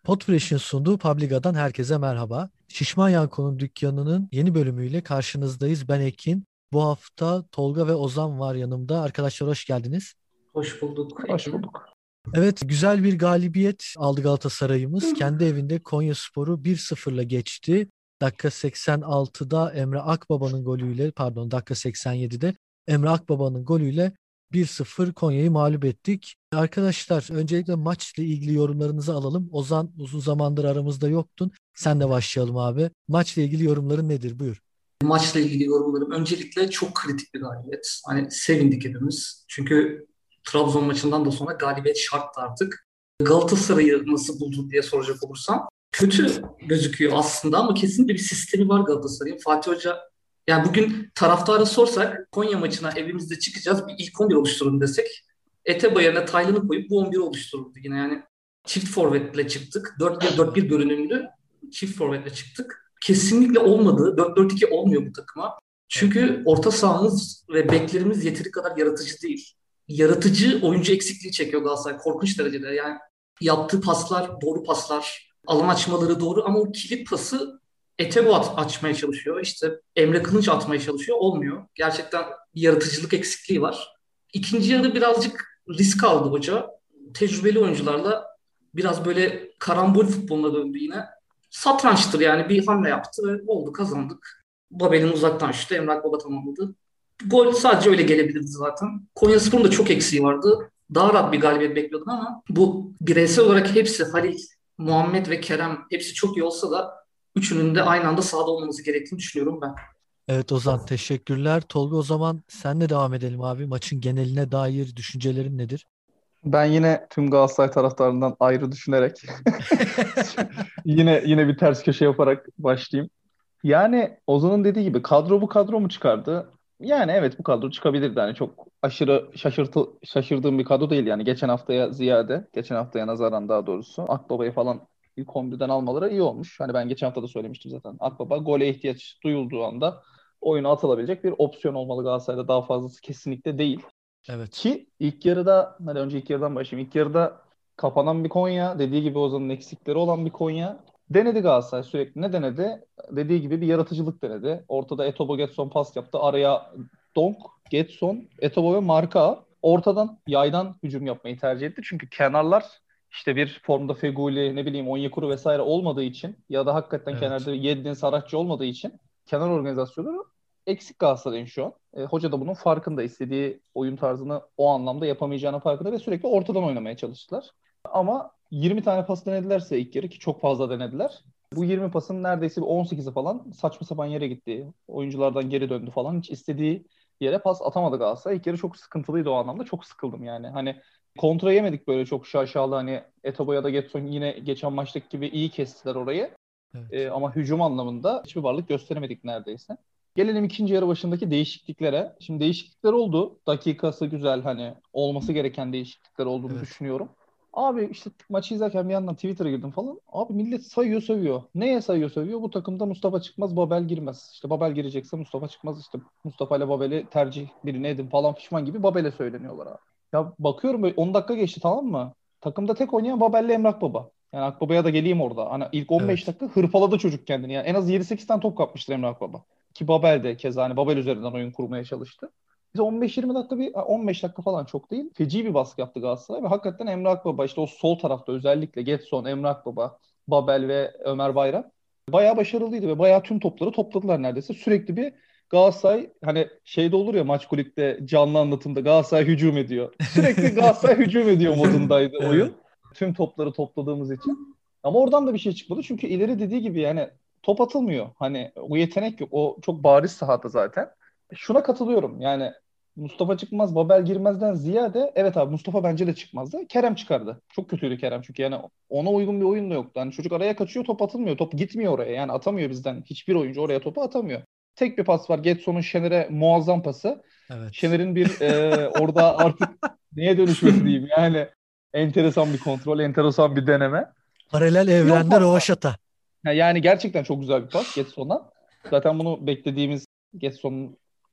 Podfresh'in sunduğu Publica'dan herkese merhaba. Şişman Yanko'nun dükkanının yeni bölümüyle karşınızdayız. Ben Ekin. Bu hafta Tolga ve Ozan var yanımda. Arkadaşlar hoş geldiniz. Hoş bulduk Hoş Ekin. bulduk. Evet, güzel bir galibiyet aldı Galatasaray'ımız. Kendi evinde Konyaspor'u 1-0'la geçti. Dakika 86'da Emre Akbaba'nın golüyle, pardon dakika 87'de Emre Akbaba'nın golüyle 1-0 Konya'yı mağlup ettik. Arkadaşlar öncelikle maçla ilgili yorumlarınızı alalım. Ozan uzun zamandır aramızda yoktun. Sen de başlayalım abi. Maçla ilgili yorumların nedir? Buyur. Maçla ilgili yorumlarım. Öncelikle çok kritik bir galibiyet. Hani sevindik hepimiz. Çünkü Trabzon maçından da sonra galibiyet şarttı artık. Galatasaray'ı nasıl buldun diye soracak olursam. Kötü gözüküyor aslında ama kesinlikle bir sistemi var Galatasaray'ın. Fatih Hoca, yani bugün taraftara sorsak Konya maçına evimizde çıkacağız, bir ilk 11 oluşturun desek Etebo yerine Taylan'ı koyup bu 11 oluştururdu yine. Yani çift forvetle çıktık. 4-1-4-1 görünümlü çift forvetle çıktık. Kesinlikle olmadı. 4-4-2 olmuyor bu takıma. Çünkü orta sahamız ve beklerimiz yeteri kadar yaratıcı değil. Yaratıcı oyuncu eksikliği çekiyor Galatasaray korkunç derecede. Yani yaptığı paslar doğru paslar, alan açmaları doğru ama o kilit pası Etebo açmaya çalışıyor. İşte Emre Kılınç atmaya çalışıyor. Olmuyor. Gerçekten bir yaratıcılık eksikliği var. İkinci yarı birazcık risk aldı hoca. Tecrübeli oyuncularla biraz böyle karambol futboluna döndü yine. Satrançtır yani, bir hamle yaptı ve oldu, kazandık. Babel'in uzaktan şutu Emrah Baba tamamladı. Gol sadece öyle gelebilirdi zaten. Konyaspor'un da çok eksiği vardı. Daha rahat bir galibiyet bekliyordum ama bu bireysel olarak hepsi Halil, Muhammed ve Kerem hepsi çok iyi olsa da üçünün de aynı anda sahada olması gerektiğini düşünüyorum ben. Evet Ozan, teşekkürler. Tolga, o zaman senle devam edelim abi. Maçın geneline dair düşüncelerin nedir? Ben yine tüm Galatasaray taraftarından ayrı düşünerek yine bir ters köşe yaparak başlayayım. Yani Ozan'ın dediği gibi kadro bu kadro mu çıkardı? Yani evet, bu kadro çıkabilirdi. Yani çok aşırı şaşırdığım bir kadro değil yani. Geçen haftaya nazaran daha doğrusu Akbaba'yı falan ilk 11'den almaları iyi olmuş. Hani ben geçen hafta da söylemiştim zaten. Akbaba gole ihtiyaç duyulduğu anda oyuna atılabilecek bir opsiyon olmalı Galatasaray'da. Daha fazlası kesinlikle değil. Evet. Ki ilk yarıda, hadi önce ilk yarıdan başlayayım. İlk yarıda kapanan bir Konya, dediği gibi Ozan'ın eksikleri olan bir Konya. Denedi Galatasaray sürekli. Ne denedi? Dediği gibi bir yaratıcılık denedi. Ortada Etobo Getson pas yaptı. Araya Donk, Getson, Etobo ve Marka ortadan yaydan hücum yapmayı tercih etti. Çünkü kenarlar işte bir formda Feguli, ne bileyim Onyekuru vesaire olmadığı için ya da hakikaten Evet. kenarda Yedlin, Saratçı olmadığı için kenar organizasyonları eksik Galatasaray'ın şu an. Hoca da bunun farkında. İstediği oyun tarzını o anlamda yapamayacağının farkında ve sürekli ortadan oynamaya çalıştılar. Ama 20 tane pas denedilerse ilk yarı, ki çok fazla denediler. Bu 20 pasın neredeyse bir 18'i falan saçma sapan yere gitti. Oyunculardan geri döndü falan. Hiç istediği yere pas atamadı Galatasaray. İlk yarı çok sıkıntılıydı o anlamda. Çok sıkıldım yani. Hani kontra yemedik böyle çok şaşalı, hani Etobo ya da Getson yine geçen maçtaki gibi iyi kestiler orayı. Evet. Ama hücum anlamında hiçbir varlık gösteremedik neredeyse. Gelelim ikinci yarı başındaki değişikliklere. Şimdi değişiklikler oldu. Dakikası güzel, hani olması gereken değişiklikler olduğunu Evet. düşünüyorum. Abi işte maçı izlerken bir yandan Twitter'a girdim falan. Abi millet sayıyor sövüyor. Neye sayıyor sövüyor? Bu takımda Mustafa çıkmaz, Babel girmez. İşte Babel girecekse Mustafa çıkmaz. İşte Mustafa ile Babel'i tercih birine edin falan pişman gibi Babel'e söyleniyorlar abi. Ya bakıyorum böyle 10 dakika geçti, tamam mı? Takımda tek oynayan Babel'le Emrah Baba. Yani Akbaba'ya da geleyim orada. Hani ilk 15 Evet. dakika hırpaladı çocuk kendini. Yani en az 7-8 tane top kapmıştır Emre Akbaba. Ki Babel de keza hani Babel üzerinden oyun kurmaya çalıştı. Biz 15-20 dakika, bir 15 dakika falan, çok değil, feci bir baskı yaptı Galatasaray ve hakikaten Emre Akbaba işte o sol tarafta özellikle Getson, Emre Akbaba, Babel ve Ömer Bayram bayağı başarılıydı ve bayağı tüm topları topladılar neredeyse. Sürekli bir Galatasaray, hani şeyde olur ya, maç kulüpte canlı anlatımda Galatasaray hücum ediyor. Sürekli Galatasaray hücum ediyor modundaydı Evet. oyun. Tüm topları topladığımız için. Ama oradan da bir şey çıkmadı. Çünkü ileri dediği gibi yani top atılmıyor. Hani o yetenek yok. O çok bariz sahada zaten. Şuna katılıyorum. Yani Mustafa çıkmaz, Babel girmezden ziyade evet abi, Mustafa bence de çıkmazdı. Kerem çıkardı. Çok kötüydü Kerem çünkü yani ona uygun bir oyun da yoktu. Hani çocuk araya kaçıyor, top atılmıyor. Top gitmiyor oraya. Yani atamıyor bizden. Hiçbir oyuncu oraya topu atamıyor. Tek bir pas var. Getson'un Şener'e muazzam pası. Evet. Şener'in bir orada artık neye dönüşmesi diyeyim. Yani enteresan bir kontrol, enteresan bir deneme. Paralel Bir o evrende pas var. rövaşata. Yani gerçekten çok güzel bir pas Getson'dan. Zaten bunu beklediğimiz, Getson'un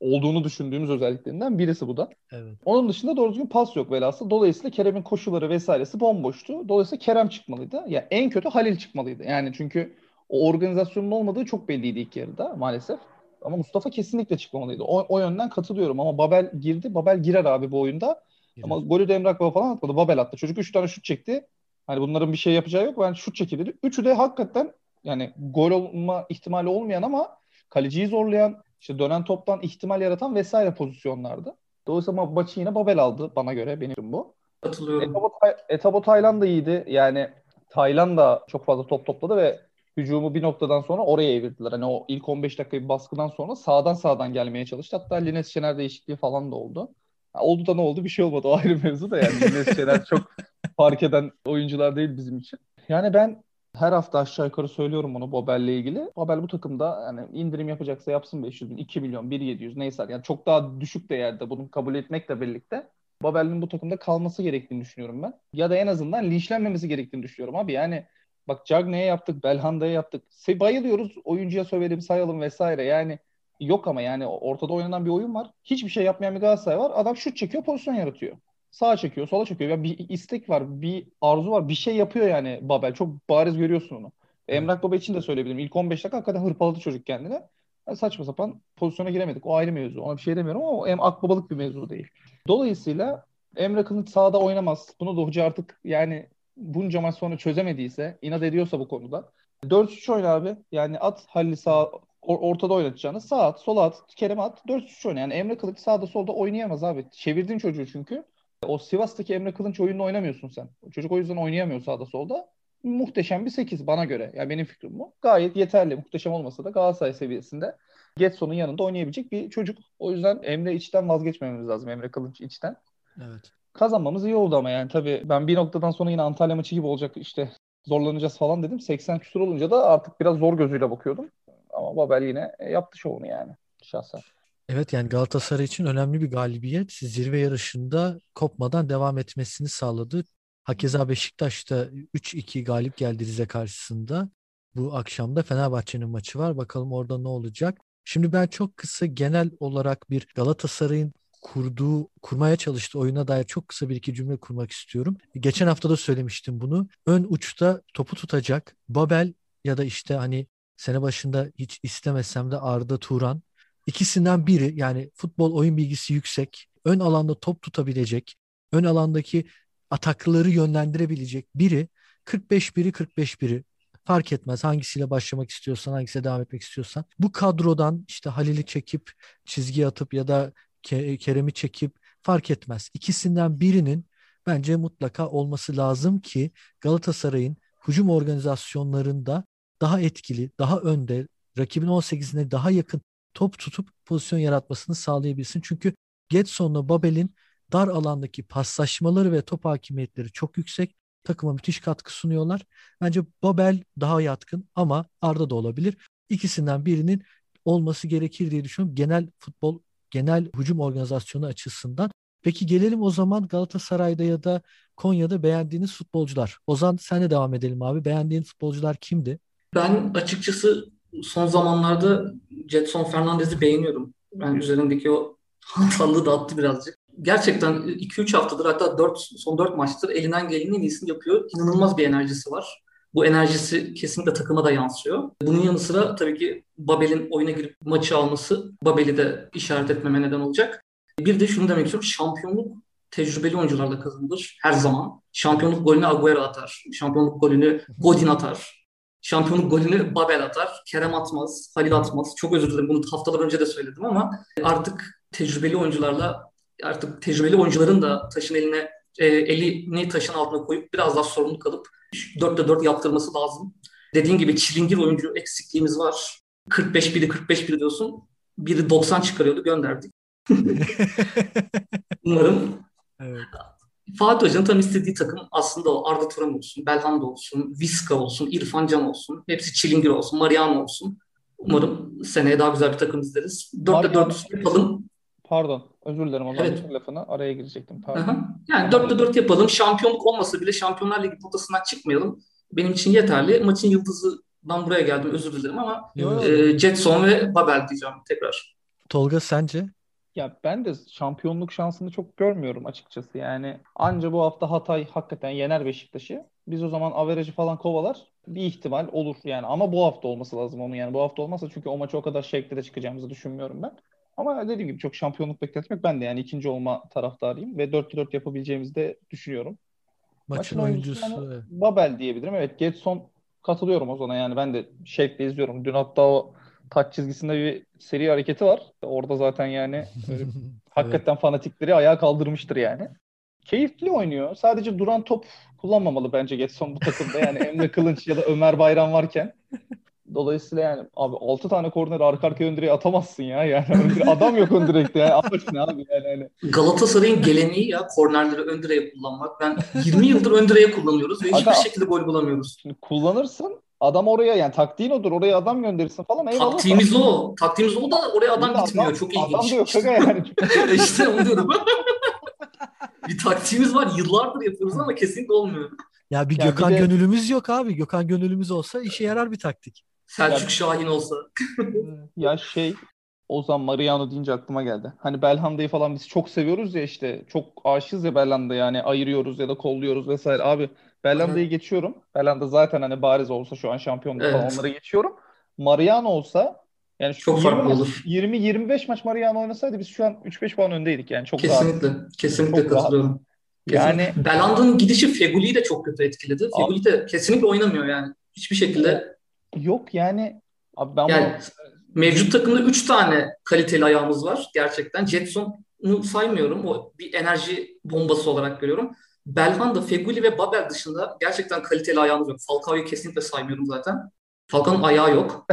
olduğunu düşündüğümüz özelliklerinden birisi bu da. Evet. Onun dışında doğru düzgün pas yok velhasıl. Dolayısıyla Kerem'in koşuları vesairesi bomboştu. Dolayısıyla Kerem çıkmalıydı. Ya en kötü Halil çıkmalıydı. Yani çünkü o organizasyonun olmadığı çok belliydi ilk yarıda maalesef. Ama Mustafa kesinlikle çıkmamalıydı. O yönden katılıyorum ama Babel girdi. Babel girer abi bu oyunda. Ama Girer. golü de Emre Akbaba falan atmadı. Babel attı. Çocuk 3 tane şut çekti. Hani bunların bir şey yapacağı yok. Ben şut çekeyim dedi. Üçü de hakikaten yani gol olma ihtimali olmayan ama kaleciyi zorlayan, işte dönen toptan ihtimal yaratan vesaire pozisyonlardı. Dolayısıyla maçı yine Babel aldı bana göre. Benim bu. Katılıyorum. Etabo Taylan da iyiydi. Yani Taylan da çok fazla top topladı ve hücumu bir noktadan sonra oraya evirdiler. Hani o ilk 15 dakika bir baskıdan sonra sağdan gelmeye çalıştı. Hatta Lines Şener değişikliği falan da oldu. Ha, oldu da ne oldu? Bir şey olmadı. O ayrı mevzu da yani. Lines Şener çok fark eden oyuncular değil bizim için. Yani ben her hafta aşağı yukarı söylüyorum bunu Babel'le ilgili. Babel bu takımda yani indirim yapacaksa yapsın 500 bin, 2 milyon, 1.700 neyse. Yani çok daha düşük değerde bunu kabul etmekle birlikte Babel'in bu takımda kalması gerektiğini düşünüyorum ben. Ya da en azından linçlenmemesi gerektiğini düşünüyorum abi. Yani bak Cagney'e yaptık, Belhanda'ya yaptık. Bayılıyoruz, oyuncuya sövelim, sayalım vesaire. Yani yok ama yani ortada oynanan bir oyun var. Hiçbir şey yapmayan bir Galatasaray var. Adam şut çekiyor, pozisyon yaratıyor. Sağa çekiyor, sola çekiyor. Ya bir istek var, bir arzu var. Bir şey yapıyor yani Babel. Çok bariz görüyorsun onu. Evet. Emrah Baba için de söyleyebilirim. İlk 15 dakika hakikaten hırpaladı çocuk kendine. Yani saçma sapan pozisyona giremedik. O ayrı mevzu. Ona bir şey demiyorum ama o akbabalık bir mevzu değil. Dolayısıyla Emre Kılıç sahada oynamaz. Bunu da hoca artık yani bunca maç sonra çözemediyse, inat ediyorsa bu konuda. 4-3 oyna abi. Yani at Halil'i sağ ortada oynatacağını. Sağ at, sola at, Kerem'e at. 4-3 oyna. Yani Emre Kılıç sağda solda oynayamaz abi. Çevirdin çocuğu çünkü. O Sivas'taki Emre Kılınç oyununu oynamıyorsun sen. O çocuk o yüzden oynayamıyor sağda solda. Muhteşem bir 8 bana göre. Yani benim fikrim bu. Gayet yeterli. Muhteşem olmasa da Galatasaray seviyesinde Getson'un yanında oynayabilecek bir çocuk. O yüzden Emre içten vazgeçmememiz lazım. Emre Kılınç içten. Evet. Kazanmamız iyi oldu ama yani tabii ben bir noktadan sonra yine Antalya maçı gibi olacak işte zorlanacağız falan dedim. 80 küsur olunca da artık biraz zor gözüyle bakıyordum. Ama Babel yine yaptı şovunu yani şahsen. Evet, yani Galatasaray için önemli bir galibiyet. Zirve yarışında kopmadan devam etmesini sağladı. Hakeza Beşiktaş'ta 3-2 galip geldi Rize karşısında. Bu akşam da Fenerbahçe'nin maçı var. Bakalım orada ne olacak. Şimdi ben çok kısa genel olarak bir Galatasaray'ın kurmaya çalıştığı oyuna dair çok kısa bir iki cümle kurmak istiyorum. Geçen hafta da söylemiştim bunu. Ön uçta topu tutacak Babel ya da işte hani sene başında hiç istemesem de Arda Turan. İkisinden biri, yani futbol oyun bilgisi yüksek, ön alanda top tutabilecek, ön alandaki atakları yönlendirebilecek biri, 45 biri 45 biri fark etmez hangisiyle başlamak istiyorsan, hangisiyle devam etmek istiyorsan. Bu kadrodan işte Halil'i çekip çizgi atıp ya da Kerem'i çekip fark etmez. İkisinden birinin bence mutlaka olması lazım ki Galatasaray'ın hücum organizasyonlarında daha etkili, daha önde, rakibin 18'ine daha yakın top tutup pozisyon yaratmasını sağlayabilsin. Çünkü Getson'la Babel'in dar alandaki paslaşmaları ve top hakimiyetleri çok yüksek. Takıma müthiş katkı sunuyorlar. Bence Babel daha yatkın ama Arda da olabilir. İkisinden birinin olması gerekir diye düşünüyorum. Genel futbol, genel hücum organizasyonu açısından. Peki gelelim o zaman Galatasaray'da ya da Konya'da beğendiğiniz futbolcular. Ozan, senle devam edelim abi. Beğendiğin futbolcular kimdi? Ben açıkçası son zamanlarda Jetson Fernandez'i beğeniyorum. Ben üzerindeki o hantallığı da attı birazcık. Gerçekten 2-3 haftadır, hatta son 4 maçtır elinden gelenin en iyisini yapıyor. İnanılmaz bir enerjisi var. Bu enerjisi kesinlikle takıma da yansıyor. Bunun yanı sıra tabii ki Babel'in oyuna girip maçı alması Babel'i de işaret etmeme neden olacak. Bir de şunu demek istiyorum. Şampiyonluk tecrübeli oyuncularla kazanılır her zaman. Evet. Şampiyonluk golünü Agüero atar. Şampiyonluk golünü Godin atar. Şampiyonluk golünü Babel atar. Kerem atmaz. Halil atmaz. Çok özür dilerim. Bunu haftalar önce de söyledim ama artık tecrübeli oyuncuların da elini taşın altına koyup biraz daha sorumluluk alıp 4'te 4 yaptırması lazım. Dediğin gibi çilingir oyuncu eksikliğimiz var. 45 biri 45 biri diyorsun. Biri 90 çıkarıyordu, gönderdik. Umarım Evet. Fatih Hoca'nın tam istediği takım aslında o. Arda Turan olsun, Belhanda olsun, Viska olsun, İrfan Can olsun. Hepsi çilingir olsun, Mariano olsun. Umarım seneye daha güzel bir takım izleriz. 4'te Mariano 4 yapalım. pardon özür dilerim o zaman Evet. bütün lafını araya girecektim pardon. Aha. Yani Tamam. 4'te 4 yapalım. Şampiyonluk olmasa bile Şampiyonlar Ligi potasından çıkmayalım. Benim için yeterli. Maçın yıldızından buraya geldim. Özür dilerim ama Yo, yo. Sorun değil. Jetson ve Babel diyeceğim tekrar. Tolga sence? Ya ben de şampiyonluk şansını çok görmüyorum açıkçası. Yani anca bu hafta Hatay hakikaten yener Beşiktaş'ı. Biz o zaman averajı falan kovalar. Bir ihtimal olur yani. Ama bu hafta olması lazım onun yani. Bu hafta olmazsa çünkü o maçı o kadar şekilde de çıkacağımızı düşünmüyorum ben. Ama dediğim gibi çok şampiyonluk beklentim yok. Ben de yani ikinci olma taraftarıyım. Ve 4-4 yapabileceğimizi de düşünüyorum. Maçın Maçın oyuncusu yani oyuncusu. Evet. Babel diyebilirim. Evet, Getson katılıyorum o zaman yani ben de şevkle izliyorum. Dün hatta o taç çizgisinde bir seri hareketi var. Orada zaten yani Evet. hakikaten fanatikleri ayağa kaldırmıştır yani. Keyifli oynuyor. Sadece duran top kullanmamalı bence Getson bu takımda. Yani Emre Kılınç ya da Ömer Bayram varken. Dolayısıyla yani abi 6 tane korner arka arkaya ön direğe atamazsın ya. Yani adam yok ön direkte yani. Amaç ne abi yani hani. Galatasaray'ın geleneği ya kornerleri ön direğe kullanmak. Ben 20 yıldır ön direğe kullanıyoruz ve hiçbir Aga şekilde gol bulamıyoruz. şimdi kullanırsın. Adam oraya yani taktiğin odur. Oraya adam gönderirsin falan. Eyvallah da Taktiğimiz o. Taktiğimiz o da oraya iyi adam de gitmiyor. Çok adam da ilginç. yok aga yani. İşte onu diyorum. Bir taktiğimiz var. Yıllardır yapıyoruz ama kesinlikle olmuyor. Ya bir Yani bir Gökhan de Gönül'ümüz yok abi. Gökhan Gönül'ümüz olsa işe yarar bir taktik. Selçuk ya Şahin olsa. ya Ozan Mariano deyince aklıma geldi. Hani Belhanda'yı falan biz çok seviyoruz ya işte. Çok aşığız ya Belhanda yani ayırıyoruz ya da kolluyoruz vesaire. Abi Belhanda'yı Aha. geçiyorum. Belhanda zaten hani bariz olsa şu an şampiyonluk falan Evet. onları geçiyorum. Mariano olsa yani şu Çok 20 farklı maç olur. 20-25 maç Mariano oynasaydı biz şu an 3-5 puan öndeydik yani çok rahat. Kesinlikle. Kesinlikle Çok rahat. katılıyorum. Kesinlikle. Yani Belanda'nın gidişi Fegüli'yi de çok kötü etkiledi. abi Fegüli de kesinlikle oynamıyor yani. Hiçbir o şekilde. yok yani abi ben Yani bunu mevcut dün takımda 3 tane kaliteli ayağımız var gerçekten. Jetson'u saymıyorum. O bir enerji bombası olarak görüyorum. Belhanda, Fegüli ve Babel dışında gerçekten kaliteli ayağımız yok. Falcao'yu kesinlikle saymıyorum zaten. Falcao'nun ayağı yok.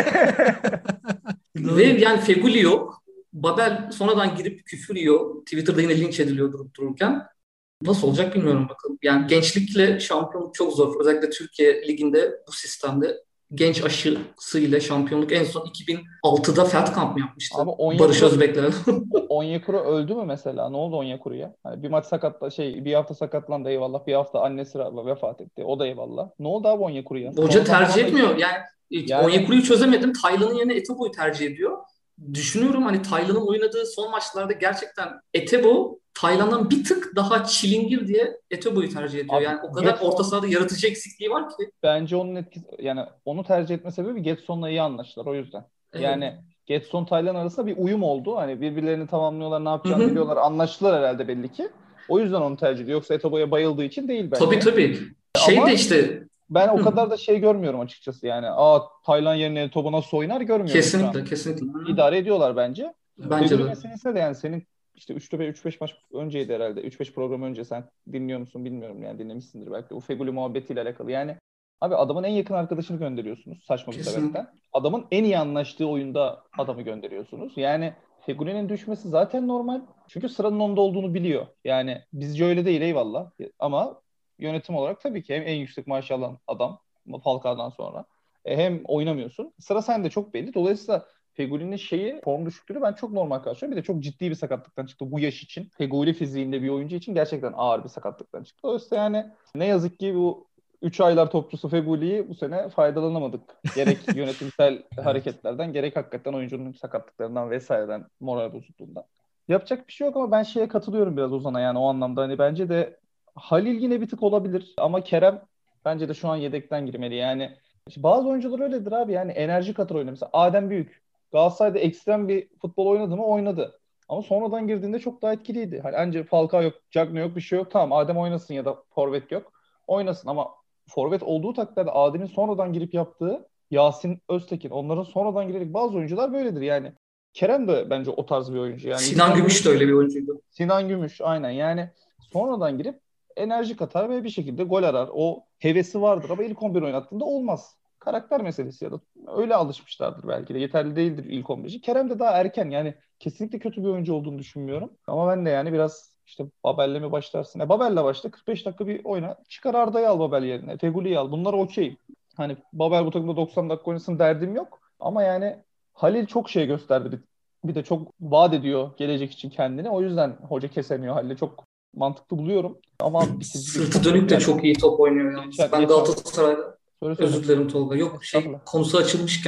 Ve Doğru. yani Fegüli yok. Babel sonradan girip küfür yiyor. Twitter'da yine linç ediliyor durup dururken. Nasıl olacak bilmiyorum bakalım. Yani gençlikle şampiyonluk çok zor. Özellikle Türkiye Ligi'nde bu sistemde genç aşısıyla şampiyonluk en son 2006'da Feldkamp mı yapmıştı? abi Barış Onyekuru Özbek'le. Onyekuru öldü mü mesela? Ne oldu Onyekuru'ya? Hani bir maç sakatla bir hafta sakatlandı eyvallah. Bir hafta annesi vefat etti. O da eyvallah. Ne oldu abi Onyekuru'ya? Hoca Sonradan tercih falan da etmiyor. Yani yani Onyekuru'yu çözemedim. Taylan'ın yerine Etebo'yu tercih ediyor. Düşünüyorum hani Taylan'ın oynadığı son maçlarda gerçekten Etebo Taylan'dan bir tık daha çilingir diye Etebo'yu tercih ediyor. abi Yani o kadar orta Getson sahada yaratıcı eksikliği var ki. bence onun etkisi yani onu tercih etme sebebi Getson'la iyi anlaştılar o yüzden. Evet. Yani Getson Taylan arasında bir uyum oldu. Hani birbirlerini tamamlıyorlar, ne Hı yapacağını hı. biliyorlar. Anlaştılar herhalde belli ki. O yüzden onu tercih ediyor. Yoksa Etobo'ya bayıldığı için değil Tabii bence. tabii. Şey de Ama işte ben o hı. kadar da görmüyorum açıkçası yani. Taylan yerine Toba nasıl oynar görmüyorum şu an. Kesinlikle kesinlikle. Hı. İdare ediyorlar bence. Evet. Bence Feguli de. meselesine de yani senin işte 3-5 maç önceydi herhalde. 3-5 program önce sen dinliyor musun bilmiyorum yani dinlemişsindir belki. O Feguli muhabbetiyle alakalı. Yani abi adamın en yakın arkadaşını gönderiyorsunuz saçma bir Kesinlikle. sebepten. Adamın en iyi anlaştığı oyunda adamı gönderiyorsunuz. Yani Feguli'nin düşmesi zaten normal. Çünkü sıranın onda olduğunu biliyor. Yani bizce öyle değil eyvallah. Ama yönetim olarak tabii ki hem en yüksek maaş alan adam Falcao'dan sonra. Hem oynamıyorsun. Sıra sende çok belli. Dolayısıyla Fegüli'nin form düşüklüğünü ben çok normal karşılıyorum. Bir de çok ciddi bir sakatlıktan çıktı bu yaş için. Fegüli fiziğinde bir oyuncu için gerçekten ağır bir sakatlıktan çıktı. Dolayısıyla yani ne yazık ki bu 3 aylar topçusu Fegüli'yi bu sene faydalanamadık. Gerek yönetimsel Evet. hareketlerden gerek hakikaten oyuncunun sakatlıklarından vesaireden moral bozukluğundan. Yapacak bir şey yok ama ben katılıyorum biraz Ozan'a yani o anlamda. Hani bence de Halil yine bir tık olabilir ama Kerem bence de şu an yedekten girmeli. Yani işte bazı oyuncular öyledir abi yani enerji katır oynuyor. Mesela Adem Büyük Galatasaray'da ekstrem bir futbol oynadı mı? Oynadı. Ama sonradan girdiğinde çok daha etkiliydi. Hani anca Falcao yok, Cagney yok bir şey yok. Tamam Adem oynasın ya da forvet yok. Oynasın ama forvet olduğu takdirde Adem'in sonradan girip yaptığı Yasin Öztekin onların sonradan girerek bazı oyuncular böyledir yani. Kerem de bence o tarz bir oyuncu. Yani Sinan ilkten Gümüş de girip öyle bir oyuncuydu. Sinan Gümüş aynen yani sonradan girip enerji katar ve bir şekilde gol arar. O hevesi vardır ama ilk 11 oynattığında olmaz. Karakter meselesi ya da öyle alışmışlardır belki de. Yeterli değildir ilk 11'ci. Kerem de daha erken yani kesinlikle kötü bir oyuncu olduğunu düşünmüyorum. Ama ben de yani biraz işte Babel'le mi başlarsın? Babel'le başla 45 dakika bir oyna. Çıkar Arda'yı al Babel yerine. Feguli'yi al. Bunlar okey. Hani Babel bu takımda 90 dakika oynasın derdim yok. Ama yani Halil çok gösterdi bir de çok vaat ediyor gelecek için kendini. O yüzden hoca kesemiyor Halil'i. Çok mantıklı buluyorum. Ama bitirici gücü Sırtı çok kötü dönük de yani. çok iyi top oynuyor yalnız. Ben Geçen Galatasaray'da söyle söyle. özür dilerim Tolga. Yok Estağfurullah. konusu açılmışken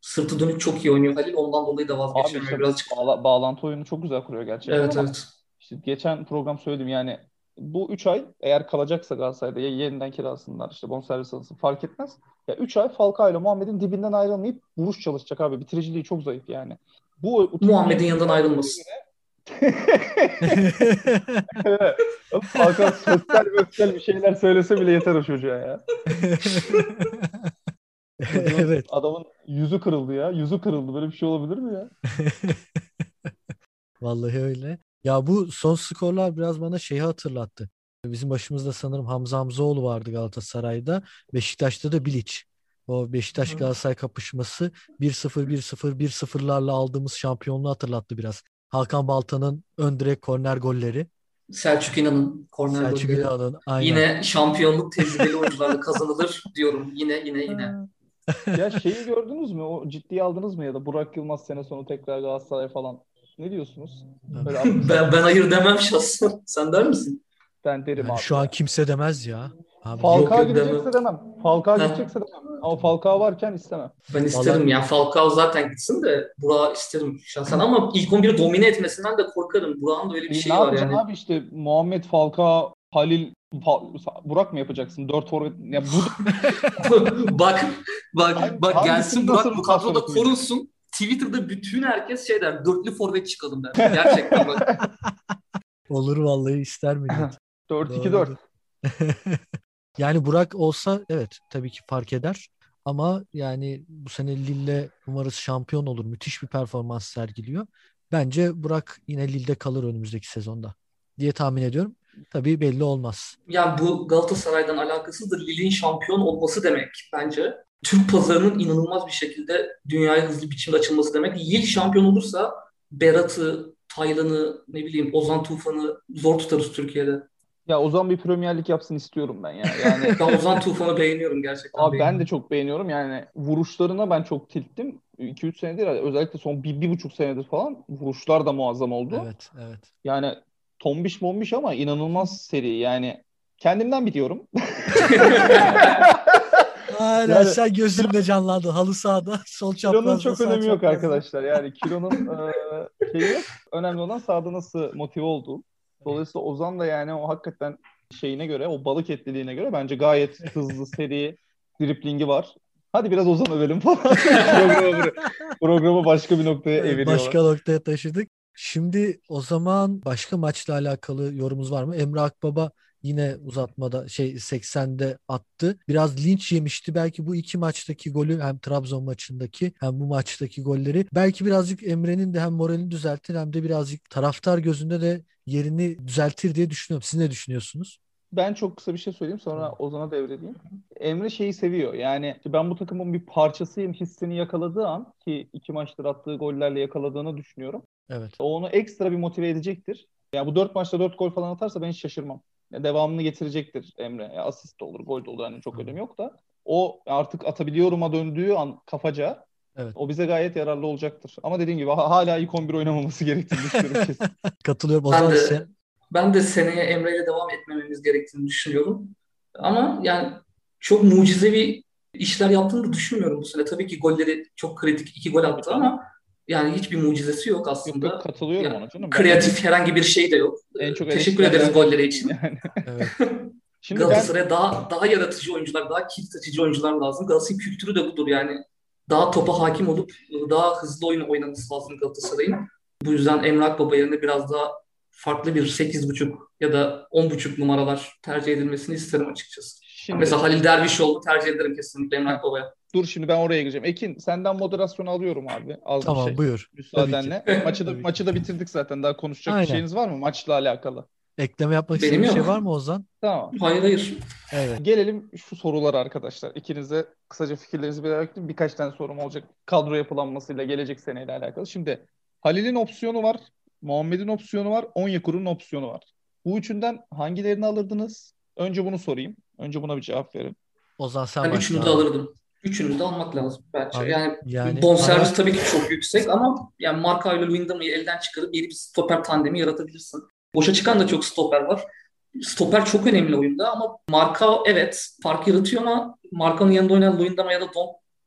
Sırtı dönük çok iyi oynuyor Halil. Ondan dolayı da Abi vazgeçemiyor işte birazcık. bağlantı oyunu çok güzel kuruyor gerçekten Evet, ama evet. işte geçen program söyledim yani bu 3 ay eğer kalacaksa Galatasaray'da ya yeniden kirasınlar işte bonservis alınsın fark etmez. Ya 3 ay Falcao ile Muhammed'in dibinden ayrılmayıp vuruş çalışacak abi. Bitiriciliği çok zayıf yani. Bu tüm Muhammed'in gençlik yanından ayrılmasın. Oğlum Falcao sosyal bir şeyler söylese bile yeter o çocuğa ya. Çocuğun Evet. adamın yüzü kırıldı ya. Yüzü kırıldı. Böyle bir şey olabilir mi ya? Vallahi öyle. Ya bu son skorlar biraz bana şeyi hatırlattı. Bizim başımızda sanırım Hamza Hamzoğlu vardı Galatasaray'da. Beşiktaş'ta da Bilic. O Beşiktaş Hı. Galatasaray kapışması 1-0 1-0 1-0'larla aldığımız şampiyonluğu hatırlattı biraz. Hakan Balta'nın ön direkt korner golleri. Selçuk İnan'ın korner Selçuk golleri. İnan'ın aynen. Yine şampiyonluk tecrübeli oyuncularla kazanılır diyorum. Yine. Ha. Ya şeyi gördünüz mü? O ciddiye aldınız mı ya da Burak Yılmaz sene sonu tekrar Galatasaray falan. Ne diyorsunuz? Böyle anımsat. Ben hayır demem şahsen. Sen der misin? Ben derim Yani abi şu an ya. kimse demez ya. Abi Yok Falcao yok gidecekse demem. demem. Falcao Heh. gidecekse demem. Ama Falcao varken istemem. Ben valla isterim yani Falcao zaten gitsin de Burak'ı isterim şahsen ama ilk 11'i domine etmesinden de korkarım. Burak'ın da öyle bir Ne şeyi var yapacaksın yani. abi işte Muhammed Falcao, Halil, Burak mı yapacaksın? Dört forvet. Ya bu Bak bak gelsin hangisini nasıl Burak bu rotasyona kadroda koyacaksın? korunsun. Twitter'da bütün herkes şey der. Dörtlü forvet çıkalım der. Gerçekten bak. olur vallahi ister millet. 4-2-4. Doğrudur. Yani Burak olsa evet tabii ki fark eder. Ama yani bu sene Lille umarız şampiyon olur. Müthiş bir performans sergiliyor. Bence Burak yine Lille'de kalır önümüzdeki sezonda diye tahmin ediyorum. Tabii belli olmaz. Yani bu Galatasaray'dan alakasızdır. Lille'in şampiyon olması demek bence. Türk pazarının inanılmaz bir şekilde dünyaya hızlı biçimde açılması demek. Lille şampiyon olursa Berat'ı, Taylan'ı, ne bileyim Ozan Tufan'ı zor tutarız Türkiye'de. Ya Ozan bir Premier Lig yapsın istiyorum ben ya. Yani Ben Ozan Tufan'ı beğeniyorum. Gerçekten abi ben de beğeniyorum. çok beğeniyorum. Yani vuruşlarına ben çok tilttim. 2-3 senedir özellikle son 1,5 senedir falan vuruşlar da muazzam oldu. Evet, evet. Yani tombiş mombiş ama inanılmaz seri. Yani kendimden biliyorum. Hala Yani sen gözümde canlandı. Halı sahada sol kilonun çaprazda çok sağ önemi yok çaprazda. arkadaşlar. Yani kilonun şeyi yok. Önemli olan sahada nasıl motive olduğu. Dolayısıyla Ozan da yani o hakikaten şeyine göre, o balık etliliğine göre bence gayet hızlı, seri, driplingi var. Hadi biraz Ozan övelim falan. Programı başka bir noktaya Evet, eviriyorlar. başka noktaya taşıdık. Şimdi o zaman başka maçla alakalı yorumumuz var mı? Emre Akbaba yine uzatmada 80'de attı. Biraz linç yemişti. Belki bu iki maçtaki golü hem Trabzon maçındaki hem bu maçtaki golleri belki birazcık Emre'nin de hem moralini düzeltir hem de birazcık taraftar gözünde de yerini düzeltir diye düşünüyorum. Siz ne düşünüyorsunuz? Ben çok kısa bir şey söyleyeyim sonra Ozan'a devredeyim. Emre şeyi seviyor. Yani ben bu takımın bir parçasıyım hissini yakaladığı an ki 2 maçtır attığı gollerle yakaladığını düşünüyorum. Evet. O onu ekstra bir motive edecektir. Ya bu 4 maçta 4 gol falan atarsa ben hiç şaşırmam. Ya devamını getirecektir Emre. Ya asist de olur, gol de olur. Yani çok önemi yok da. O artık atabiliyorum'a döndüğü an kafaca Evet. o bize gayet yararlı olacaktır. Ama dediğim gibi hala ilk 11 oynamaması gerektiğini düşünüyorum kesin. Katılıyorum. O Ben zaman de ben de seneye Emre ile devam etmememiz gerektiğini düşünüyorum. Ama yani çok mucizevi işler yaptığını da düşünmüyorum bu sene. Tabii ki golleri çok kritik 2 gol Tabii attı canım. ama yani hiçbir mucizesi yok Yok yok aslında. katılıyorum Yani ona canım. Ben kreatif herhangi bir şey de yok. en çok Teşekkür eleştirilen ederiz golleri benim için. yani. evet. Şimdi ben Galatasaray'a daha yaratıcı oyuncular, daha kilit açıcı oyuncular lazım. Galatasaray'ın kültürü de budur yani. Daha topa hakim olup daha hızlı oyun oynaması lazım Galatasaray'ın. Bu yüzden Emre Akbaba yerine biraz daha farklı bir 8,5 ya da 10,5 numaralar tercih edilmesini isterim açıkçası. şimdi Mesela Halil Dervişoğlu tercih ederim kesinlikle Emre heh, Akbaba'ya. dur şimdi ben oraya gireceğim. Ekin senden moderasyonu alıyorum abi. Az bir Tamam şey. buyur. Tabii ki. Müsaadenle. Maçı da Tabii ki. maçı da bitirdik zaten. Daha konuşacak bir Aynen. şeyiniz var mı maçla alakalı? Ekleme yapmak istediğin Benim bir şey yok. var mı Ozan? Tamam. Hayır. Evet. Gelelim şu sorulara arkadaşlar. İkinize kısaca fikirlerinizi belirttim. Birkaç tane sorum olacak. Kadro yapılanmasıyla gelecek seneyle alakalı. Şimdi Halil'in opsiyonu var. Muhammed'in opsiyonu var. Onyekuru'nun opsiyonu var. Bu üçünden hangilerini alırdınız? Önce bunu sorayım. Önce buna bir cevap verin. Ozan sen Ben başla üçünü de abi. alırdım. Üçünü de almak lazım bence. Abi Yani yani bonservis para tabii ki çok yüksek ama yani Marka ile Luyendama'yı elden çıkarıp yeni bir stoper tandemi yaratabilirsin. Boşa çıkan da çok stoper var. Stoper çok önemli oyunda ama Marka evet fark yaratıyor ama Marka'nın yanında oynayan Luyendama ya da Don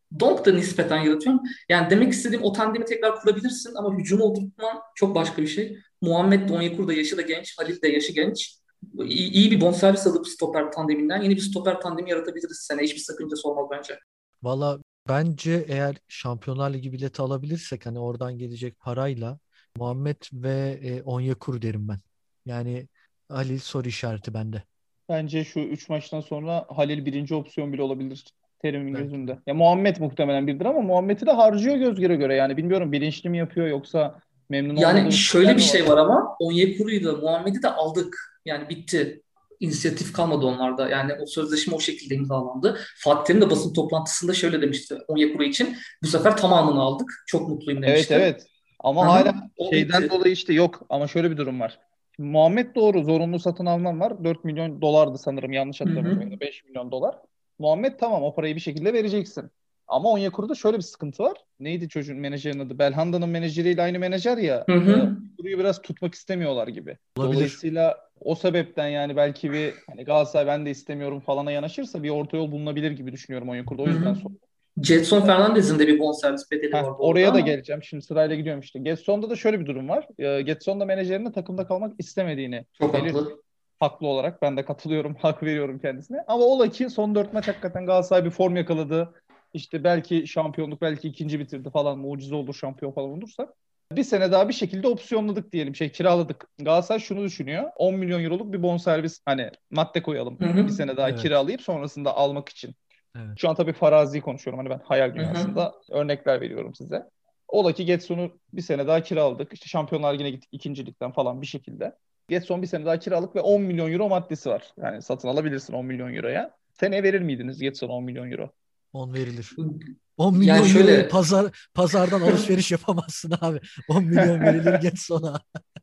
Donk da nispeten yaratıyor. Yani demek istediğim o tandemi tekrar kurabilirsin ama hücumu oturtman çok başka bir şey. Muhammed de Onyekuru da yaşı da genç. Halil de yaşı genç. İyi bir bonservis alıp stoper tandeminden yeni bir stoper tandemi yaratabiliriz sene. Hiçbir sakıncası olmaz bence. Valla bence eğer Şampiyonlar Ligi bileti alabilirsek hani oradan gelecek parayla Muhammed ve Onyekuru derim ben. Yani Halil soru işareti bende. Bence şu 3 maçtan sonra Halil birinci opsiyon bile olabilir Terim'in Belki de. gözünde. Ya Muhammed muhtemelen birdir ama Muhammed'i de harcıyor göz göre göre. Yani bilmiyorum bilinçli mi yapıyor yoksa memnun Yani olmadığı şöyle şeyler bir mi var? şey var ama Onyekuru'yu da Muhammed'i de aldık. Yani bitti. İnisiyatif kalmadı onlarda. Yani o sözleşme o şekilde imzalandı. Fatih Terim de basın toplantısında şöyle demişti Onyekuru için. Bu sefer tamamını aldık. Çok mutluyum Evet, demişti. evet. Ama hala Aha, o şeyden bitti. dolayı işte yok. Ama şöyle bir durum var. Şimdi Muhammed doğru zorunlu satın almam var. 4 milyon dolardı sanırım yanlış Hı hı. hatırlamıyorsam ya da 5 milyon dolar. Muhammed tamam o parayı bir şekilde vereceksin. Ama Onyekuru'da şöyle bir sıkıntı var. Neydi çocuğun menajerin adı? Belhanda'nın menajeriyle aynı menajer ya. Hı hı. Onyekuru'yu biraz tutmak istemiyorlar gibi. Olabilir. Dolayısıyla o sebepten yani belki bir hani Galatasaray ben de istemiyorum falana yanaşırsa bir orta yol bulunabilir gibi düşünüyorum Onyekuru'da. O Hı yüzden hı. sordum. Jetson Fernandez'in de bir bonservis bedeli vardı orada Oraya da ama. geleceğim. Şimdi sırayla gidiyorum işte. Getson'da da şöyle bir durum var. Getson da menajerinin takımda kalmak istemediğini Çok belirtti. haklı. Haklı olarak. Ben de katılıyorum. Hak veriyorum kendisine. Ama ola ki son 4 maç hakikaten Galatasaray bir form yakaladı. İşte belki şampiyonluk, belki ikinci bitirdi falan. Mucize olur şampiyon falan olursa. Bir sene daha bir şekilde opsiyonladık diyelim. Kiraladık. Galatasaray şunu düşünüyor. 10 milyon euroluk bir bonservis hani madde koyalım. Hı Bir hı. sene daha Evet. kiralayıp sonrasında almak için. Evet. Şu an tabii farazi konuşuyorum. Hani ben hayal Hı hı. dünyasında örnekler veriyorum size. Ola ki Getson'u bir sene daha kiraladık. İşte Şampiyonlar Ligi'ne gittik ikincilikten falan bir şekilde. Getson bir sene daha kiralık ve 10 milyon euro maddesi var. Yani satın alabilirsin 10 milyon euroya. Seneye verir miydiniz Getson'a 10 milyon euro? 10 verilir. 10 Yani milyon euroyu şöyle pazardan alışveriş yapamazsın abi. 10 milyon verilir geç sona.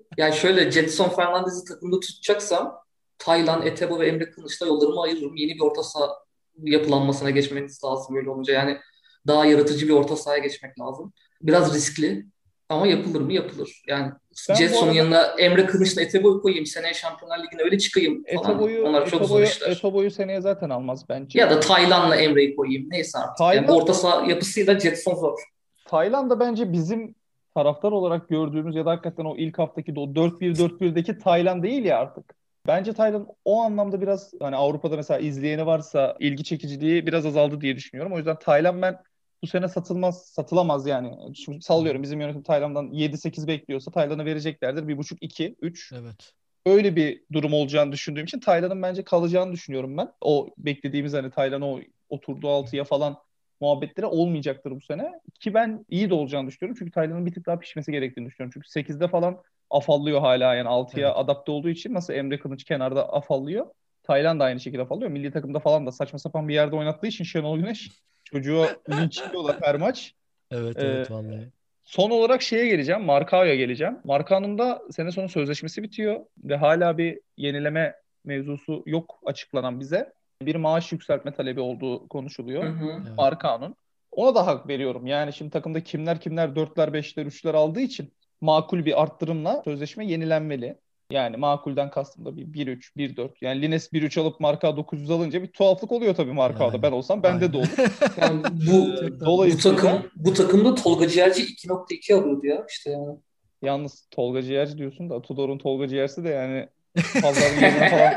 Jetson Fernandez'i takımda tutacaksam Taylan, Etebo ve Emre Kılıç'la yollarımı ayırırım. Yeni bir orta saha yapılanmasına geçmeniz lazım böyle olunca. Yani daha yaratıcı bir orta sahaya geçmek lazım. Biraz riskli ama yapılır mı? Yapılır. Yani Ben bu Jetson'un arada yanına Emre Kılıç'la Etebo'yu koyayım. Seneye Şampiyonlar Ligi'ne öyle çıkayım falan. Etobo'yu Onlar çok zor Etobo'yu işler. Etobo'yu seneye zaten almaz Ya bence. da Taylan'la Emre'yi koyayım. Neyse artık. Yani Tayland orta saha yapısıyla Jetson zor. Tayland da bence bizim taraftar olarak gördüğümüz ya da hakikaten o ilk haftaki de o 4-1-4-1'deki Tayland değil ya artık. Bence Tayland o anlamda biraz hani Avrupa'da mesela izleyeni varsa ilgi çekiciliği biraz azaldı diye düşünüyorum. O yüzden Tayland ben bu sene satılamaz yani. Şimdi sallıyorum bizim yönetim Tayland'dan 7-8 bekliyorsa Tayland'a vereceklerdir. 1,5-2, 3. Evet. Öyle bir durum olacağını düşündüğüm için Tayland'ın bence kalacağını düşünüyorum ben. O beklediğimiz hani Tayland o oturduğu altıya falan muhabbetleri olmayacaktır bu sene. Ki ben iyi de olacağını düşünüyorum. Çünkü Tayland'ın bir tık daha pişmesi gerektiğini düşünüyorum. Çünkü 8'de falan afallıyor hala yani altıya Evet. adapte olduğu için nasıl Emre Kılıç kenarda afallıyor. Tayland da aynı şekilde afallıyor. Milli takımda falan da saçma sapan bir yerde oynattığı için Şenol Güneş çocuğu linçliyorlar her maç. Evet, Ee, evet, vallahi. Son olarak şeye geleceğim. Markao'ya geleceğim. Markao'nun da sene sonu sözleşmesi bitiyor ve hala bir yenileme mevzusu yok açıklanan bize. Bir maaş yükseltme talebi olduğu Hı konuşuluyor hı. Evet. Markao'nun. Ona da hak veriyorum. Yani şimdi takımda kimler dörtler, beşler, üçler aldığı için makul bir arttırımla sözleşme yenilenmeli. Yani makulden kastım da bir 1-3, 1-4. Yani Lines 1-3 alıp Marka 900 alınca bir tuhaflık oluyor tabii Markao'da. Ben Yani. olsam bende de Aynen. olur. Yani Çok tatlı. Dolayısıyla bu takımda Tolga Ciğerci 2,2 alıyordu ya işte yani. yalnız Tolga Ciğerci diyorsun da Tudor'un Tolga Ciğersi de yani Hazard'ın yerine falan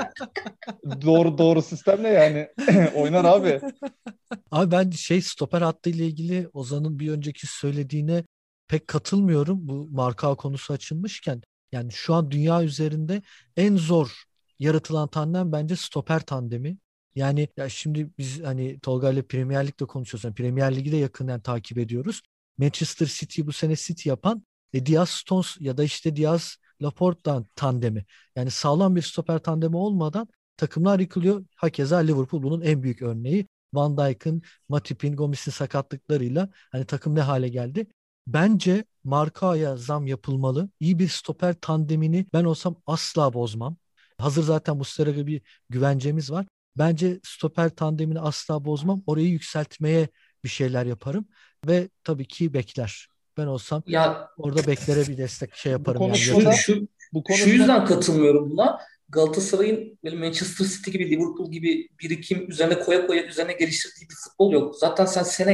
doğru sistemle yani oynar abi. Abi ben stoper hattı ile ilgili Ozan'ın bir önceki söylediğine pek katılmıyorum. Bu Marka konusu açılmışken yani şu an dünya üzerinde en zor yaratılan tandem bence stoper tandemi. Yani ya şimdi biz hani Tolga ile Premier Lig'de konuşuyoruz. Yani Premier Lig'i de yakından takip ediyoruz. Manchester City bu sene City yapan Diaz Stones ya da işte Diaz Laporte'dan tandemi. Yani sağlam bir stoper tandemi olmadan takımlar yıkılıyor. Hakeza Liverpool bunun en büyük örneği. Van Dijk'ın, Matip'in, Gomis'in sakatlıklarıyla hani takım ne hale geldi? Bence Markao'ya zam yapılmalı. İyi bir stoper tandemini ben olsam asla bozmam. Hazır zaten bu sırada bir güvencemiz var. Bence stoper tandemini asla bozmam. Orayı yükseltmeye bir şeyler yaparım. Ve tabii ki bekler. Ben olsam Ya orada beklere bir destek Bu yaparım yani şu konuşmada yatırım. şu bu şu konuşma yüzden katılmıyorum buna. Galatasaray'ın böyle Manchester City gibi Liverpool gibi birikim üzerine koya koya üzerine geliştirdiği bir futbol yok. Zaten sen seneye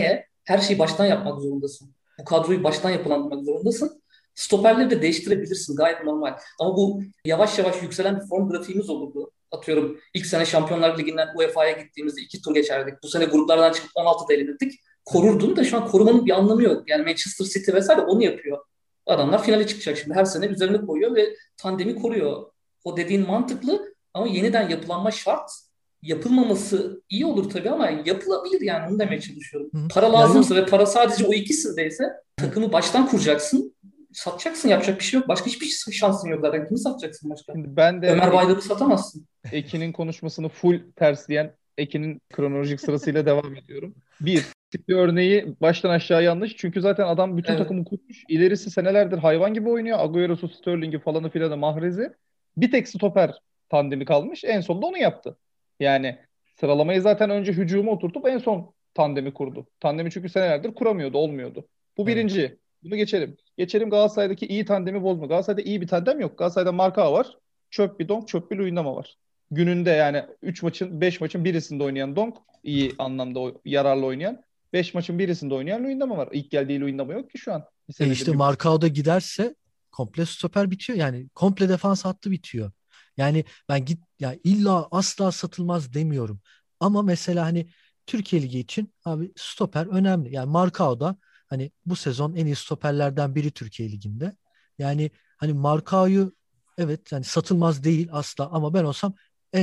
her şeyi baştan yapmak zorundasın. Bu kadroyu baştan yapılandırmak zorundasın. Stoperleri de değiştirebilirsin. Gayet normal. Ama bu yavaş yavaş yükselen bir form grafiğimiz olurdu. Atıyorum ilk sene Şampiyonlar Ligi'nden UEFA'ya gittiğimizde 2 tur geçerdik. Bu sene gruplardan çıkıp 16'da elenirdik. Korurdun da şu an korumanın bir anlamı yok. Yani Manchester City vesaire onu yapıyor. Adamlar finale çıkacak şimdi. Her sene üzerine koyuyor ve tandemi koruyor. O dediğin mantıklı ama yeniden yapılanma şart. Yapılmaması iyi olur tabii ama yapılabilir yani onu demeye çalışıyorum. Hı. Para Ya yok. lazımsa ve para sadece o ikisindeyse Evet. takımı baştan kuracaksın. Satacaksın, yapacak bir şey yok. Başka hiçbir şansın yok zaten. Kimi satacaksın başka? Şimdi ben de Ömer Bayram'ı satamazsın. Ekin'in konuşmasını full tersleyen Ekin'in kronolojik sırasıyla devam ediyorum. Bir örneği baştan aşağı yanlış. Çünkü zaten adam bütün Evet. takımı kurmuş. İlerisi senelerdir hayvan gibi oynuyor. Agüero'su, Sterling'i falanı filanı Mahrez'i. Bir tek stoper tandemi kalmış. En sonunda onu yaptı. Yani sıralamayı zaten önce hücuma oturtup en son tandemi kurdu. Tandemi çünkü senelerdir kuramıyordu, olmuyordu. Bu Evet. birinci. Bunu geçelim. Geçelim Galatasaray'daki iyi tandemi bozma. Galatasaray'da iyi bir tandem yok. Galatasaray'da Marka var. Çöp bir Donk, çöp bir Luyendama var. Gününde yani 3 maçın 5 maçın birisinde oynayan Donk iyi anlamda yararlı oynayan. 5 maçın birisinde oynayan Luyendama var. İlk geldiği Luyendama yok ki şu an. Bir senedir İşte bir buçuk. Marcao'da giderse komple stoper bitiyor. Yani komple defans hattı bitiyor. Yani ben ya illa asla satılmaz demiyorum. Ama mesela hani Türkiye Ligi için abi stoper önemli. Yani Marcao da hani bu sezon en iyi stoperlerden biri Türkiye Ligi'nde. Yani hani Marcao'yu evet yani satılmaz değil asla ama ben olsam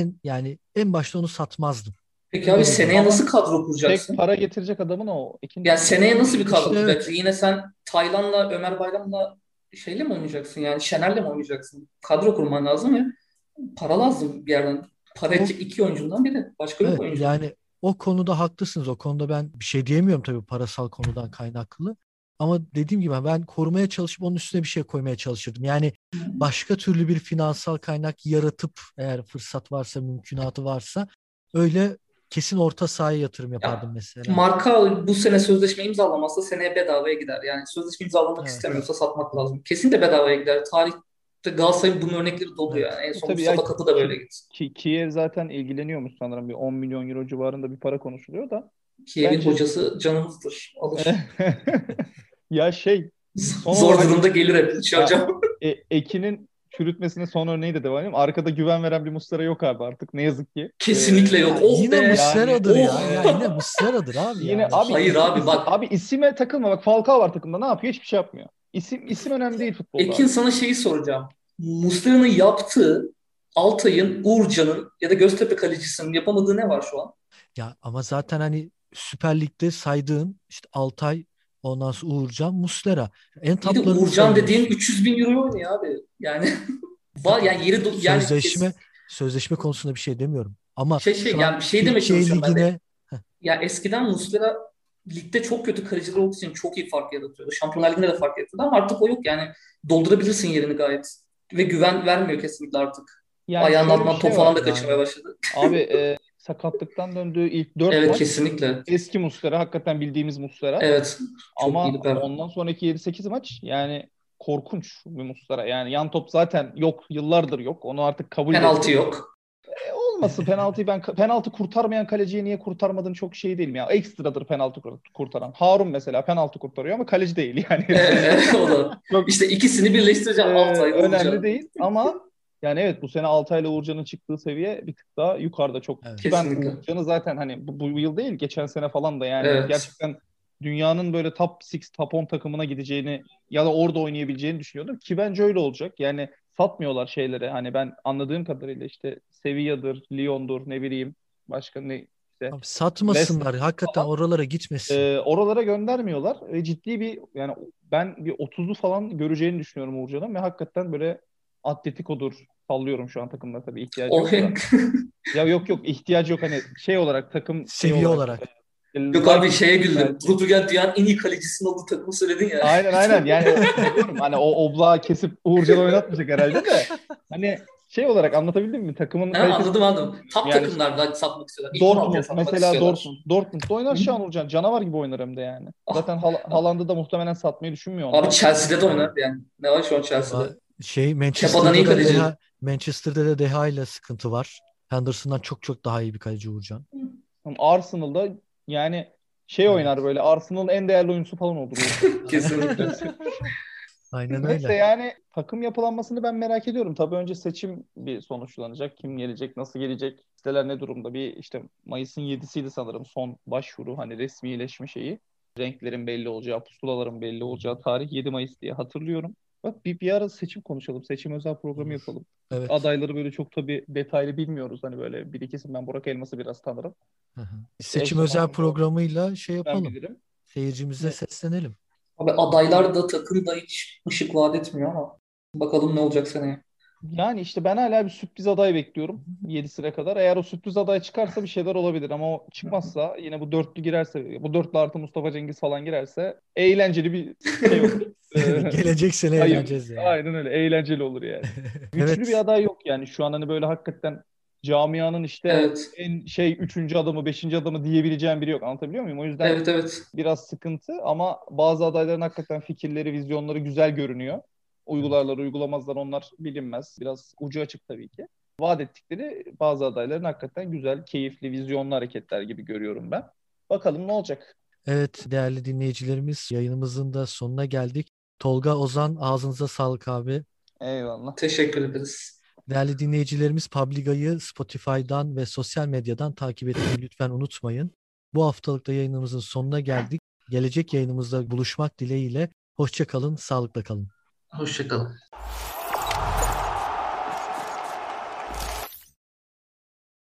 en başta onu satmazdım. Peki abi Öyle diyeyim. seneye Ama nasıl kadro tek kuracaksın? para getirecek adamın o. Yani İkinci seneye nasıl bir kadro İşte evet. kuracaksın? Yine sen Taylan'la, Ömer Bayram'la şeyle mi oynayacaksın? Yani Şener'le mi oynayacaksın? Kadro kurman lazım ya. Para lazım bir yerden. Para O edecek iki oyuncundan biri. Başka yok Evet oyuncu. yani o konuda haklısınız. O konuda ben bir şey diyemiyorum tabii parasal konudan kaynaklı. Ama dediğim gibi ben korumaya çalışıp onun üstüne bir şey koymaya çalışırdım. Yani başka türlü bir finansal kaynak yaratıp eğer fırsat varsa, mümkünatı varsa öyle kesin orta sahaya yatırım yapardım Ya mesela. marka bu sene sözleşme imzalamazsa seneye bedavaya gider. Yani sözleşme imzalamak Evet, istemiyorsa satmak lazım. Kesin de bedavaya gider. Tarihte Galatasaray'ın bunun örnekleri dolu yani. evet. En son tabii ya Mustafa Kapı da böyle gitti. Kiev zaten ilgileniyormuş sanırım. Bir 10 milyon euro civarında bir para konuşuluyor da. Kiev'in Bence hocası canımızdır. Alır. ya son Zor olarak durumda gelir hep şey ya, hocam. Ekin'in çürütmesine son örneği de devam edeyim. Arkada güven veren bir Muslera yok abi artık. Ne yazık ki. Kesinlikle yok. Ya Oh yine be. Yani Muslera'dır ya. Oh. Ya yine Muslera'dır abi yine yani. abi Hayır abi bak. abi isime takılma. Bak Falcao var takımda. Ne yapıyor? Hiçbir şey yapmıyor. İsim önemli değil futbolda Ekin abi. sana şeyi soracağım. Muslera'nın yaptığı Altay'ın, Uğurcan'ın ya da Göztepe kalecisinin yapamadığı ne var şu an? Ya ama zaten hani Süper Lig'de saydığın işte Altay, ondan sonra Uğurcan, Muslera. En İyi de taplarını Uğurcan dediğin sayıyorsun. 300 bin euro oynuyor abi. Yani var Tamam, yani yani sözleşme sözleşme konusunda bir şey demiyorum. Ama şu an yani bir şey demeye Türkiye çalışıyorum ben de. Ligi'ne Ya eskiden Muslera ligde çok kötü kaleciler olduğu için çok iyi fark yaratıyordu. Şampiyonlar Ligi'nde de fark yaratıyordu ama artık o yok yani. Doldurabilirsin yerini gayet. Ve güven vermiyor kesinlikle artık. Yani Ayağının şöyle bir altından top şey var. falan da kaçırmaya yani başladı. Abi sakatlıktan döndüğü ilk 4 Evet maç kesinlikle. eski Muslera. Hakikaten bildiğimiz Muslera. Evet. Çok Ama iyiydi performans. ondan sonraki 7-8 maç yani korkunç bir Muslera. Yani yan top zaten yok. Yıllardır yok. Onu artık kabul de Penaltı ettik. yok. Olmasın penaltıyı penaltı kurtarmayan kaleciye niye kurtarmadığını çok şey değilim ya. Ekstradır penaltı kurtaran. Harun mesela penaltı kurtarıyor ama kaleci değil yani. O da. Çok İşte ikisini birleştireceğim. Altay, önemli Uğurcan. değil ama yani evet bu sene Altay'la Uğurcan'ın çıktığı seviye bir tık daha yukarıda çok. evet. Ki ben Kesinlikle. Uğurcan'ı zaten hani bu yıl değil geçen sene falan da yani Evet. gerçekten dünyanın böyle top 6, top 10 takımına gideceğini ya da orada oynayabileceğini düşünüyordum ki bence öyle olacak. Yani satmıyorlar şeyleri. Hani ben anladığım kadarıyla işte Sevilla'dır, Lyon'dur ne bileyim başka ne işte Abi West satmasınlar. Hakikaten Ham oralara gitmesin. oralara göndermiyorlar ve ciddi bir yani ben bir 30'lu falan göreceğini düşünüyorum Uğurcan'ın ve hakikaten böyle Atletico'dur sallıyorum şu an takımda tabii ihtiyacı O yok da. Ya yok ihtiyacı yok hani şey olarak takım şey Seviye olarak olarak. Yok abi Leipzig şeye güldüm. belki. Rudiger dünyanın en iyi kalecisinin olduğu takımı söyledin ya. Aynen yani biliyorum hani o Oblak'ı kesip Uğurcan'ı oynatmayacak herhalde de hani şey olarak anlatabildim mi? Takımın Ha, kalitesi anladım. Top yani takımlardan satmak istiyorlar. İlk 16'ya Dortmund satmak mesela istiyorlar. Dortmund'da oynar Hı? şu an Uğurcan. Canavar gibi oynar hem de yani. Ah, Zaten ah. Haaland'ı da muhtemelen satmayı düşünmüyor Abi onlar. Chelsea'de de oynar yani. Ne var şu an Chelsea'de? Kepa'dan iyi kaleci. Manchester'da da Deha ile sıkıntı var. Henderson'dan çok çok daha iyi bir kaleci Uğurcan. Arsenal'da yani Şey oynar böyle, Arsenal'ın en değerli oyuncusu falan olur. Kesinlikle. Aynen Neyse öyle. yani takım yapılanmasını ben merak ediyorum. Tabii önce seçim bir sonuçlanacak. Kim gelecek, nasıl gelecek, listeler ne durumda? Bir işte Mayıs'ın 7'siydi sanırım son başvuru, hani resmileşme şeyi. Renklerin belli olacağı, pusulaların belli olacağı tarih 7 Mayıs diye hatırlıyorum. Bak bir ara seçim konuşalım. Seçim özel programı Olur. yapalım. Evet. Adayları böyle çok tabii detaylı bilmiyoruz. Hani böyle bir ikisi, ben Burak Elmas'ı biraz tanırım. Hı hı. İşte Seçim eş özel zamanlı programıyla şey ben yapalım. bilirim. Seyircimize Ne? seslenelim. Abi adaylar da takım da hiç ışık vaat etmiyor ama bakalım ne olacak seneye. Yani işte ben hala bir sürpriz aday bekliyorum 7'sine kadar. Eğer o sürpriz aday çıkarsa bir şeyler olabilir ama o çıkmazsa, yine bu dörtlü girerse, bu dörtlü artı Mustafa Cengiz falan girerse eğlenceli bir şey olur. Gelecek sene Ayım. eğleneceğiz yani. Aynen öyle, eğlenceli olur yani. Güçlü bir Evet. aday yok yani şu an, hani böyle hakikaten camianın işte Evet. en şey üçüncü adamı, beşinci adamı diyebileceğim biri yok. Anlatabiliyor muyum? O yüzden Evet, evet. biraz sıkıntı ama bazı adayların hakikaten fikirleri, vizyonları güzel görünüyor. Uygularlar, uygulamazlar, onlar bilinmez. Biraz ucu açık tabii ki. Vaat ettikleri bazı adayların hakikaten güzel, keyifli, vizyonlu hareketler gibi görüyorum ben. Bakalım ne olacak? Evet değerli dinleyicilerimiz, yayınımızın da sonuna geldik. Tolga, Ozan, ağzınıza sağlık abi. Eyvallah. Teşekkür ederiz. Değerli dinleyicilerimiz, Publiga'yı Spotify'dan ve sosyal medyadan takip etmeyi lütfen unutmayın. Bu haftalık da yayınımızın sonuna geldik. Gelecek yayınımızda buluşmak dileğiyle. Hoşça kalın, sağlıkla kalın. Hoşça kalın.